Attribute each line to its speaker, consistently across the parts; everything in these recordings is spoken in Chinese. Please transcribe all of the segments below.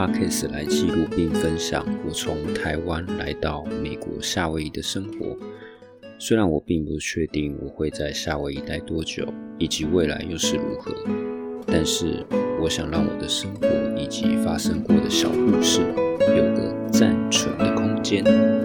Speaker 1: Podcast 来记录并分享我从台湾来到美国夏威夷的生活。虽然我并不确定我会在夏威夷待多久，以及未来又是如何，但是我想让我的生活以及发生过的小故事有个暂存的空间。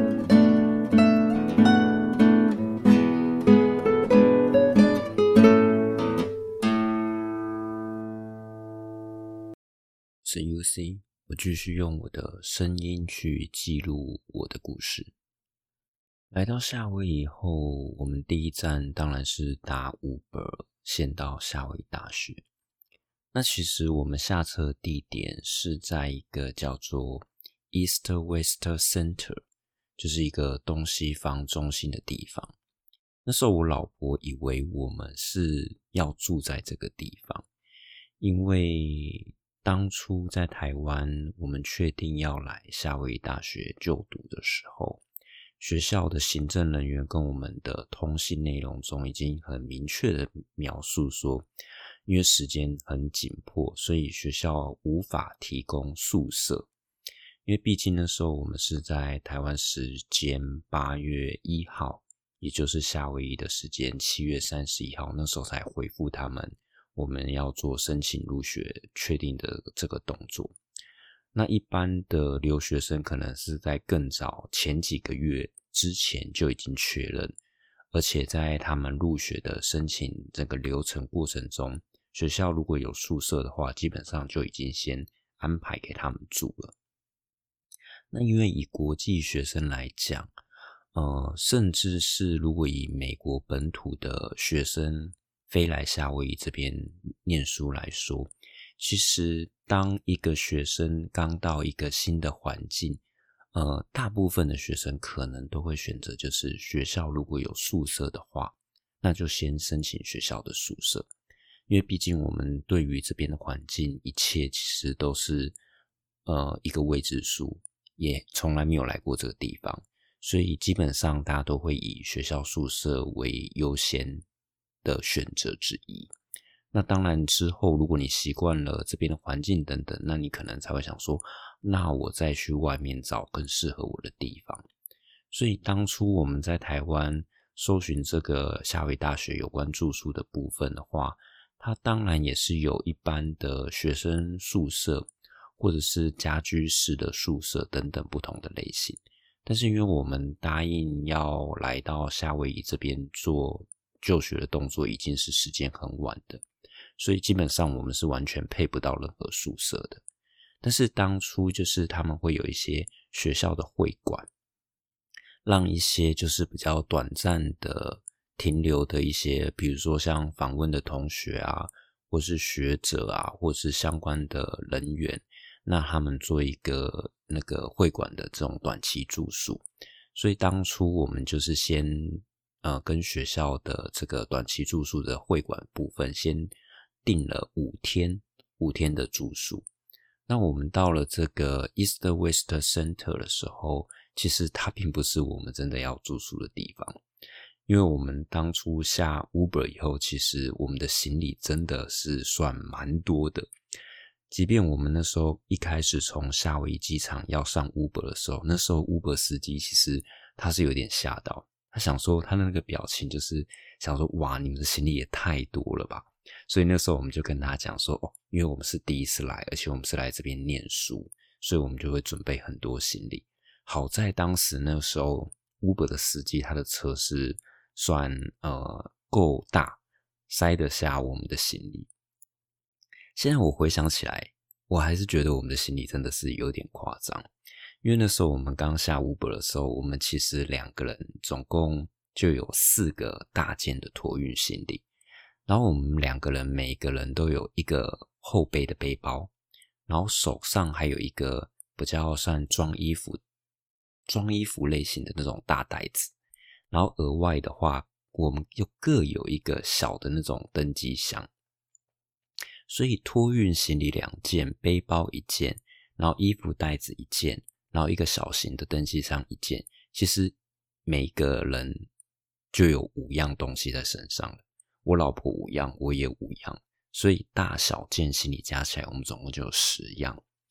Speaker 1: 是 UC， 我继续用我的声音去记录我的故事。来到夏威夷后，我们第一站当然是搭 Uber 先到夏威夷大学。那其实我们下车地点是在一个叫做 East-West Center， 就是一个东西方中心的地方。那时候我老婆以为我们是要住在这个地方，因为当初在台湾我们确定要来夏威夷大学就读的时候，学校的行政人员跟我们的通信内容中已经很明确的描述说，因为时间很紧迫，所以学校无法提供宿舍。因为毕竟那时候我们是在台湾时间8月1号，也就是夏威夷的时间7月31号，那时候才回复他们我们要做申请入学确定的这个动作。那一般的留学生可能是在更早前几个月之前就已经确认，而且在他们入学的申请这个流程过程中，学校如果有宿舍的话，基本上就已经先安排给他们住了。那因为以国际学生来讲，甚至是如果以美国本土的学生飞来夏威夷这边念书来说，其实当一个学生刚到一个新的环境，大部分的学生可能都会选择就是学校如果有宿舍的话，那就先申请学校的宿舍。因为毕竟我们对于这边的环境一切其实都是一个未知数，也从来没有来过这个地方，所以基本上大家都会以学校宿舍为优先的选择之一。那当然之后如果你习惯了这边的环境等等，那你可能才会想说，那我再去外面找更适合我的地方。所以当初我们在台湾搜寻这个夏威夷大学有关住宿的部分的话，它当然也是有一般的学生宿舍或者是家居式的宿舍等等不同的类型。但是因为我们答应要来到夏威夷这边做就学的动作已经是时间很晚的，所以基本上我们是完全配不到任何宿舍的。但是当初就是他们会有一些学校的会馆，让一些就是比较短暂的停留的一些，比如说像访问的同学啊，或是学者啊，或是相关的人员，那他们做一个那个会馆的这种短期住宿。所以当初我们就是先跟学校的这个短期住宿的会馆部分先订了5天的住宿。那我们到了这个 East-West Center 的时候，其实它并不是我们真的要住宿的地方。因为我们当初下 Uber 以后，其实我们的行李真的是算蛮多的。即便我们那时候一开始从夏威夷机场要上 Uber 的时候，那时候 Uber 司机其实他是有点吓到，他想说他的那个表情就是想说，哇，你们的行李也太多了吧。所以那时候我们就跟他讲说，因为我们是第一次来，而且我们是来这边念书，所以我们就会准备很多行李。好在当时那时候 Uber 的司机他的车是算够大，塞得下我们的行李。现在我回想起来，我还是觉得我们的行李真的是有点夸张。因为那时候我们刚下 Uber 的时候，我们其实2个人总共就有4个大件的托运行李。然后我们2个人每个人都有一个后背的背包，然后手上还有一个比较算装衣服类型的那种大袋子，然后额外的话我们又各有一个小的那种登机箱。所以托运行李2件，背包1件，然后衣服袋子1件，然后一个小型的登机箱1件，其实每一个人就有5样东西在身上了。我老婆5样，我也5样，所以大小件行李加起来我们总共就有10样。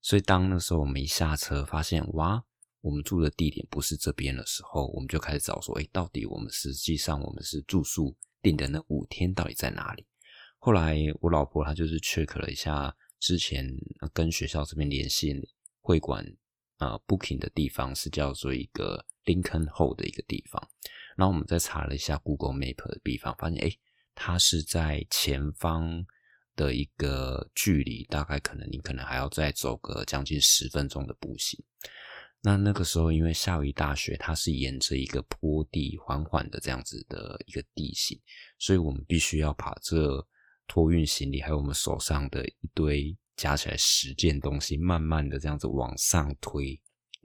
Speaker 1: 所以当那时候我们一下车发现哇，我们住的地点不是这边的时候，我们就开始找说，到底我们实际上我们是住宿定的那5天到底在哪里？后来我老婆她就是 check 了一下之前跟学校这边联系会馆booking 的地方是叫做一个 Lincoln Hall 的一个地方，然后我们再查了一下 Google Map 的地方，发现它是在前方的一个距离，大概你可能还要再走个将近10分钟的步行。那个时候因为夏威夷大学它是沿着一个坡地缓缓的这样子的一个地形，所以我们必须要把这托运行李还有我们手上的一堆加起来10件东西慢慢的这样子往上推。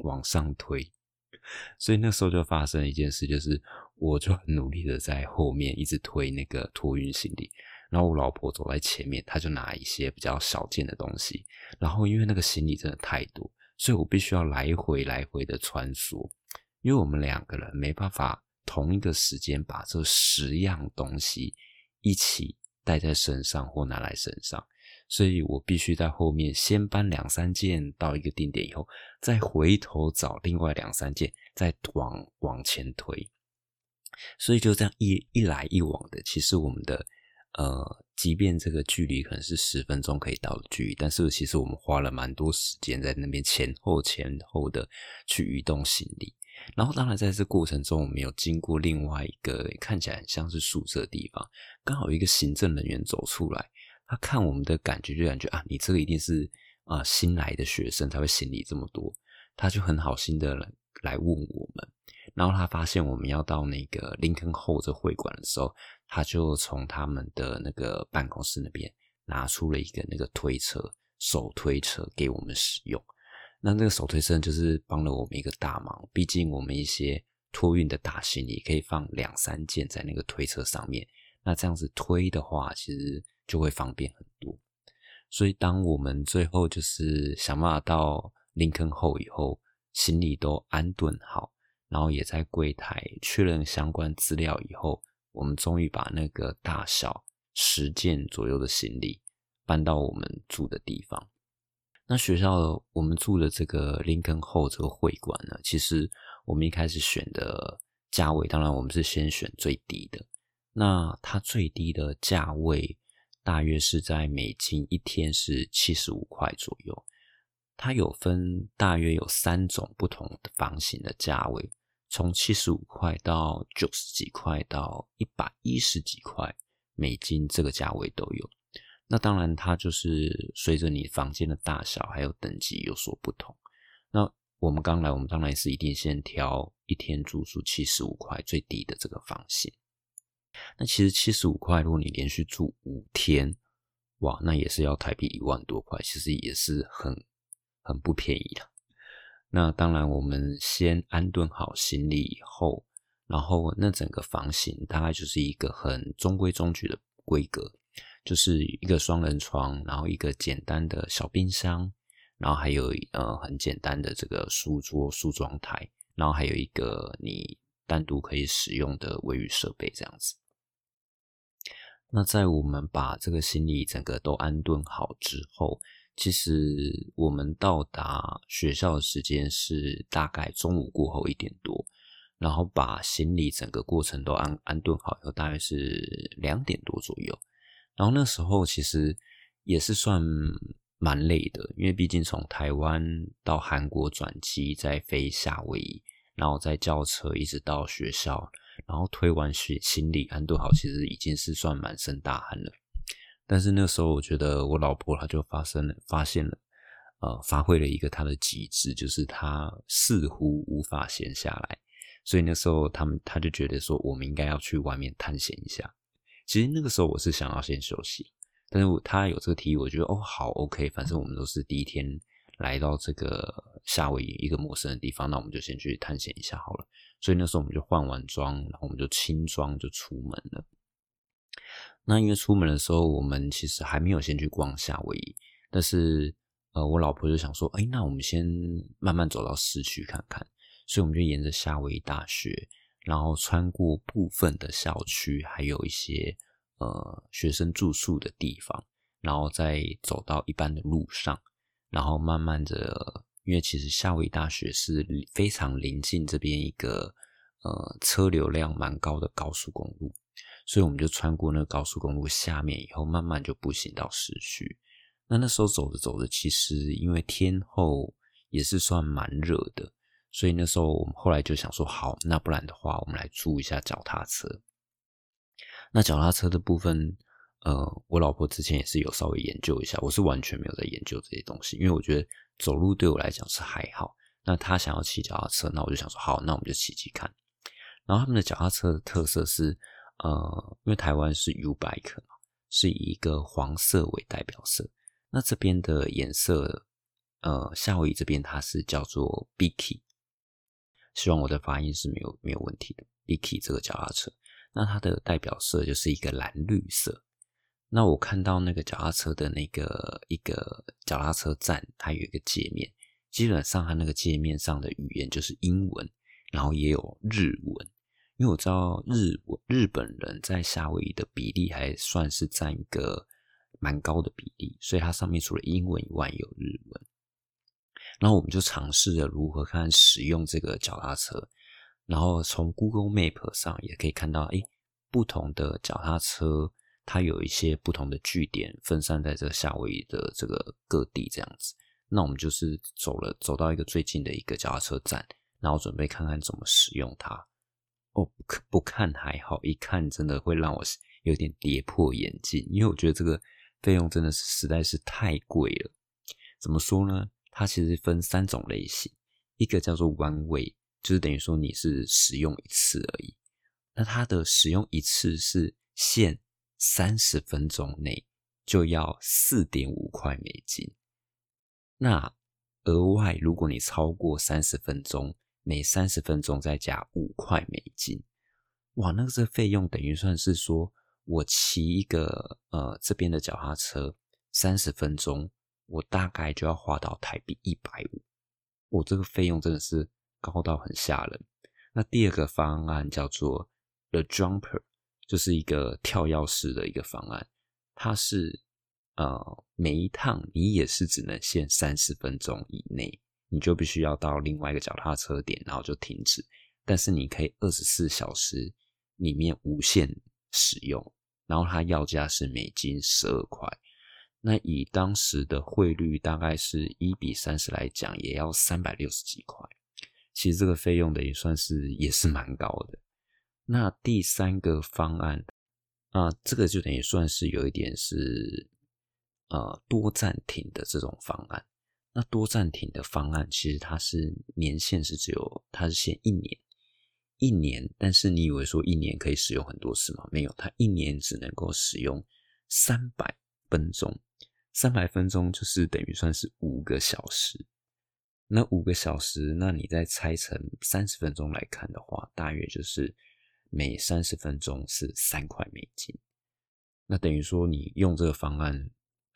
Speaker 1: 所以那时候就发生了一件事，就是我就很努力的在后面一直推那个托运行李，然后我老婆走在前面，她就拿一些比较小件的东西，然后因为那个行李真的太多，所以我必须要来回的穿梭，因为我们2个人没办法同一个时间把这10样东西一起带在身上或拿来身上，所以我必须在后面先搬2-3件到一个定点以后，再回头找另外2-3件，再往前推。所以就这样一来一往的，其实我们的即便这个距离可能是10分钟可以到的距离，但是其实我们花了蛮多时间在那边前后的去移动行李。然后当然在这过程中，我们有经过另外一个看起来很像是宿舍的地方，刚好有一个行政人员走出来，他看我们的感觉就感觉你这个一定是新来的学生才会行李这么多，他就很好心的来问我们。然后他发现我们要到那个林肯后这会馆的时候，他就从他们的那个办公室那边拿出了一个那个手推车给我们使用。那个手推车就是帮了我们一个大忙，毕竟我们一些托运的大行李可以放2-3件在那个推车上面，那这样子推的话其实就会方便很多。所以当我们最后就是想办法到林肯后以后，行李都安顿好，然后也在柜台确认相关资料以后，我们终于把那个大小10件左右的行李搬到我们住的地方。那学校我们住的这个林肯后这个会馆呢，其实我们一开始选的价位，当然我们是先选最低的。那它最低的价位大约是在美金1天是75块左右。它有分大约有3种不同的房型的价位，从75块到90几块到110几块美金这个价位都有。那当然它就是随着你房间的大小还有等级有所不同。那我们刚来，我们当然是一定先挑1天住宿75块最低的这个房型。那其实75块如果你连续住5天，哇，那也是要台币1万多块，其实也是很不便宜的。那当然我们先安顿好行李以后，然后那整个房型大概就是一个很中规中矩的规格，就是一个双人床，然后一个简单的小冰箱，然后还有很简单的这个书桌梳妆台，然后还有一个你单独可以使用的卫浴设备这样子。那在我们把这个行李整个都安顿好之后，其实我们到达学校的时间是大概中午过后1点多，然后把行李整个过程都安顿好以后，大约是2点多左右。然后那时候其实也是算蛮累的，因为毕竟从台湾到韩国转机，再飞夏威夷，然后再叫车一直到学校，然后推完行李安顿好，其实已经是算满身大汗了。但是那时候我觉得我老婆她就发现了发挥了一个她的极致，就是她似乎无法闲下来，所以那时候她就觉得说我们应该要去外面探险一下。其实那个时候我是想要先休息，但是她有这个提议，我觉得好 OK， 反正我们都是第一天来到这个夏威夷一个陌生的地方，那我们就先去探险一下好了。所以那时候我们就换完装，然后我们就轻装就出门了。那因为出门的时候我们其实还没有先去逛夏威夷，但是我老婆就想说那我们先慢慢走到市区看看，所以我们就沿着夏威夷大学，然后穿过部分的校区，还有一些学生住宿的地方，然后再走到一般的路上， 然后慢慢的，因为其实夏威夷大学是非常临近这边一个车流量蛮高的高速公路，所以我们就穿过那个高速公路下面以后，慢慢就步行到市区。那时候走着走着，其实因为天候也是算蛮热的，所以那时候我们后来就想说，好，那不然的话，我们来租一下脚踏车。那脚踏车的部分，我老婆之前也是有稍微研究一下，我是完全没有在研究这些东西，因为我觉得走路对我来讲是还好。那她想要骑脚踏车，那我就想说，好，那我们就骑骑看。然后他们的脚踏车的特色是，因为台湾是 U-Bike 嘛，是以一个黄色为代表色。那这边的颜色，夏威夷这边它是叫做 Biki， 希望我的发音是没有问题的。Biki 这个脚踏车。那它的代表色就是一个蓝绿色。那我看到那个脚踏车的一个脚踏车站，它有一个界面，基本上它那个界面上的语言就是英文，然后也有日文。因为我知道日本人在夏威夷的比例还算是占一个蛮高的比例，所以它上面除了英文以外也有日文。然后我们就尝试着如何看使用这个脚踏车。然后从 Google Map 上也可以看到，不同的脚踏车，它有一些不同的据点分散在这个夏威夷的这个各地这样子。那我们就是走到一个最近的一个脚踏车站，然后准备看看怎么使用它。不看还好，一看真的会让我有点跌破眼镜，因为我觉得这个费用真的是实在是太贵了。怎么说呢？它其实分3种类型，一个叫做 One Way，就是等于说你是使用一次而已。那它的使用一次是限30分钟内就要 4.5 块美金。那额外如果你超过30分钟，每30分钟再加5块美金。哇，那个这费用等于算是说我骑一个这边的脚踏车30分钟，我大概就要花到台币150。我这个费用真的是高到很吓人。那第二个方案叫做 The Jumper， 就是一个跳跃式的一个方案。它是每一趟你也是只能限30分钟以内，你就必须要到另外一个脚踏车点，然后就停止。但是你可以24小时里面无限使用，然后它要价是美金12块。那以当时的汇率大概是1:30来讲，也要360几块。其实这个费用的也是蛮高的。那第3个方案这个就等于算是有一点是多暂停的这种方案。那多暂停的方案其实它是年限是它是限1年，但是你以为说1年可以使用很多次吗？没有，它1年只能够使用300分钟。300分钟就是等于算是5个小时。那5个小时，那你再拆成30分钟来看的话，大约就是每30分钟是3块美金。那等于说你用这个方案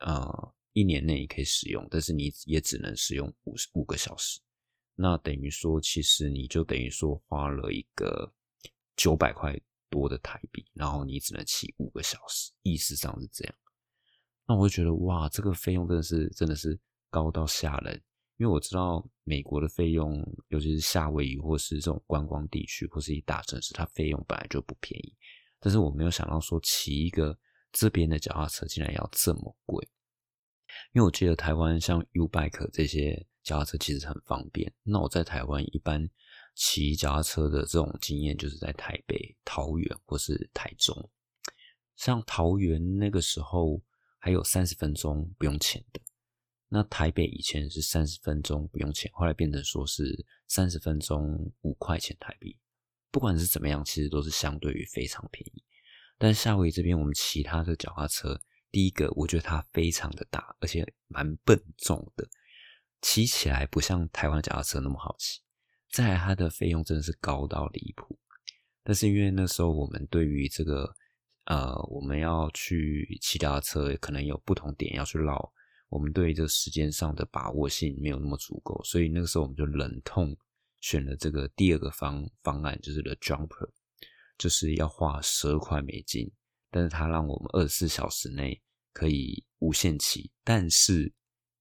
Speaker 1: 1年内你可以使用，但是你也只能使用5个小时。那等于说其实你就等于说花了一个900块多的台币，然后你只能骑5个小时，意思上是这样。那我会觉得哇，这个费用真的是高到吓人。因为我知道美国的费用，尤其是夏威夷或是这种观光地区或是一大城市，它费用本来就不便宜。但是我没有想到说骑一个这边的脚踏车竟然要这么贵。因为我记得台湾像 U-Bike 这些脚踏车其实很方便。那我在台湾一般骑脚踏车的这种经验就是在台北、桃园或是台中。像桃园那个时候还有30分钟不用钱的。那台北以前是30分钟不用钱，后来变成说是30分钟5块钱台币。不管是怎么样，其实都是相对于非常便宜。但夏威夷这边我们骑它的脚踏车，第一个我觉得它非常的大，而且蛮笨重的，骑起来不像台湾脚踏车那么好骑。再来它的费用真的是高到离谱。但是因为那时候我们对于这个我们要去骑脚踏车可能有不同点要去绕，我们对于这个时间上的把握性没有那么足够，所以那个时候我们就忍痛选了这个第2个方案，就是 The Jumper， 就是要花12块美金，但是它让我们24小时内可以无限骑，但是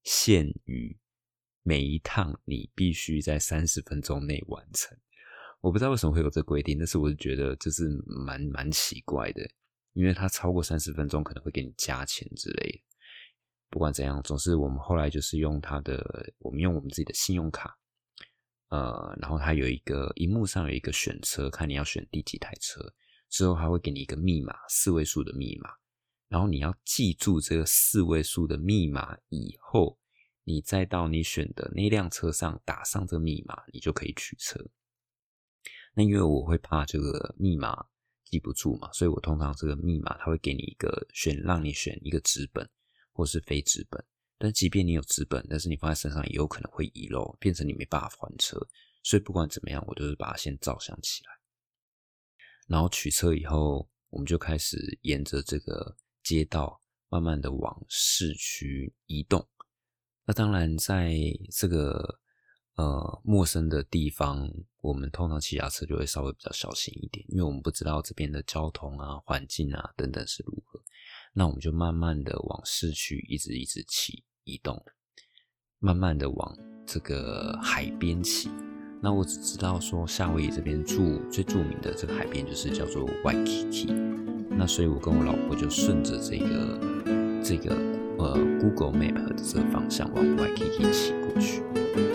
Speaker 1: 限于每一趟你必须在30分钟内完成。我不知道为什么会有这规定，但是我就觉得就是蛮奇怪的，因为它超过30分钟可能会给你加钱之类的。不管怎样，总之我们后来就是用我们用我们自己的信用卡，然后它有一个萤幕上有一个选车，看你要选第几台车，之后它会给你一个密码，4位数的密码，然后你要记住这个4位数的密码以后，你再到你选的那辆车上打上这个密码，你就可以取车。那因为我会怕这个密码记不住嘛，所以我通常这个密码它会给你让你选一个纸本或是非纸本。但即便你有纸本，但是你放在身上也有可能会遗漏，变成你没办法还车。所以不管怎么样，我都是把它先照相起来。然后取车以后，我们就开始沿着这个街道慢慢的往市区移动。那当然在这个陌生的地方，我们通常骑脚车就会稍微比较小心一点，因为我们不知道这边的交通啊、环境啊等等是如何。那我们就慢慢的往市区一直移动，慢慢的往这个海边骑。那我只知道说夏威夷这边最著名的这个海边就是叫做 Waikiki。那所以我跟我老婆就顺着这个Google Map 的这个方向往 Waikiki 骑过去。